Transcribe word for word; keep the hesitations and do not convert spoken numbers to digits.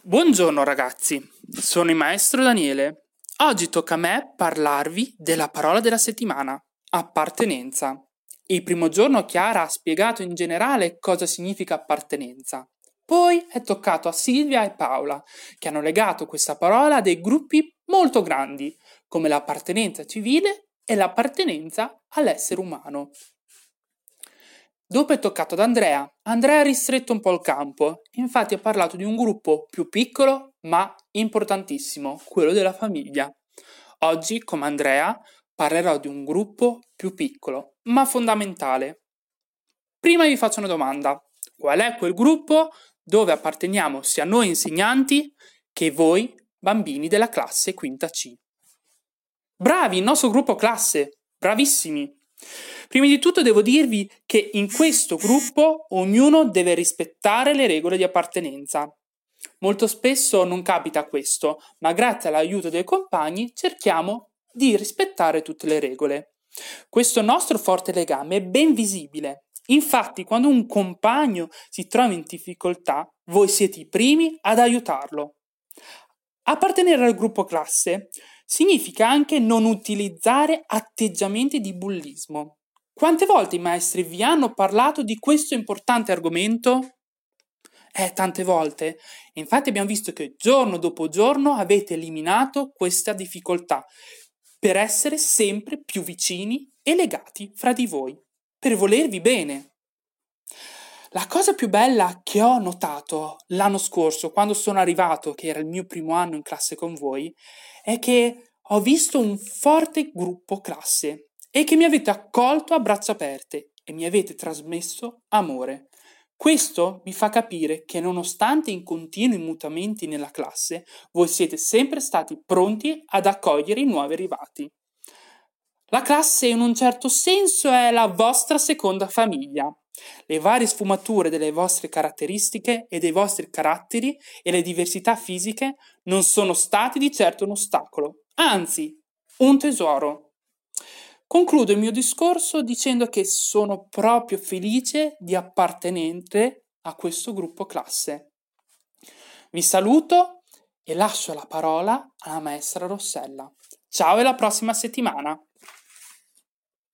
Buongiorno ragazzi, sono il maestro Daniele. Oggi tocca a me parlarvi della parola della settimana, appartenenza. Il primo giorno Chiara ha spiegato in generale cosa significa appartenenza. Poi è toccato a Silvia e Paola, che hanno legato questa parola a dei gruppi molto grandi, come l'appartenenza civile e l'appartenenza all'essere umano. Dopo è toccato ad Andrea. Andrea ha ristretto un po' il campo, infatti ha parlato di un gruppo più piccolo ma importantissimo, quello della famiglia. Oggi, come Andrea, parlerò di un gruppo più piccolo ma fondamentale. Prima vi faccio una domanda. Qual è quel gruppo dove apparteniamo sia noi insegnanti che voi, bambini della classe quinta C? Bravi, il nostro gruppo classe, bravissimi! Prima di tutto devo dirvi che in questo gruppo ognuno deve rispettare le regole di appartenenza. Molto spesso non capita questo, ma grazie all'aiuto dei compagni cerchiamo di rispettare tutte le regole. Questo nostro forte legame è ben visibile. Infatti, quando un compagno si trova in difficoltà, voi siete i primi ad aiutarlo. Appartenere al gruppo classe significa anche non utilizzare atteggiamenti di bullismo. Quante volte i maestri vi hanno parlato di questo importante argomento? Eh, tante volte. Infatti abbiamo visto che giorno dopo giorno avete eliminato questa difficoltà per essere sempre più vicini e legati fra di voi, per volervi bene. La cosa più bella che ho notato l'anno scorso, quando sono arrivato, che era il mio primo anno in classe con voi, è che ho visto un forte gruppo classe e che mi avete accolto a braccia aperte e mi avete trasmesso amore. Questo mi fa capire che nonostante i continui mutamenti nella classe, voi siete sempre stati pronti ad accogliere i nuovi arrivati. La classe in un certo senso è la vostra seconda famiglia. Le varie sfumature delle vostre caratteristiche e dei vostri caratteri e le diversità fisiche non sono stati di certo un ostacolo, anzi, un tesoro. Concludo il mio discorso dicendo che sono proprio felice di appartenere a questo gruppo classe. Vi saluto e lascio la parola alla maestra Rossella. Ciao e alla prossima settimana!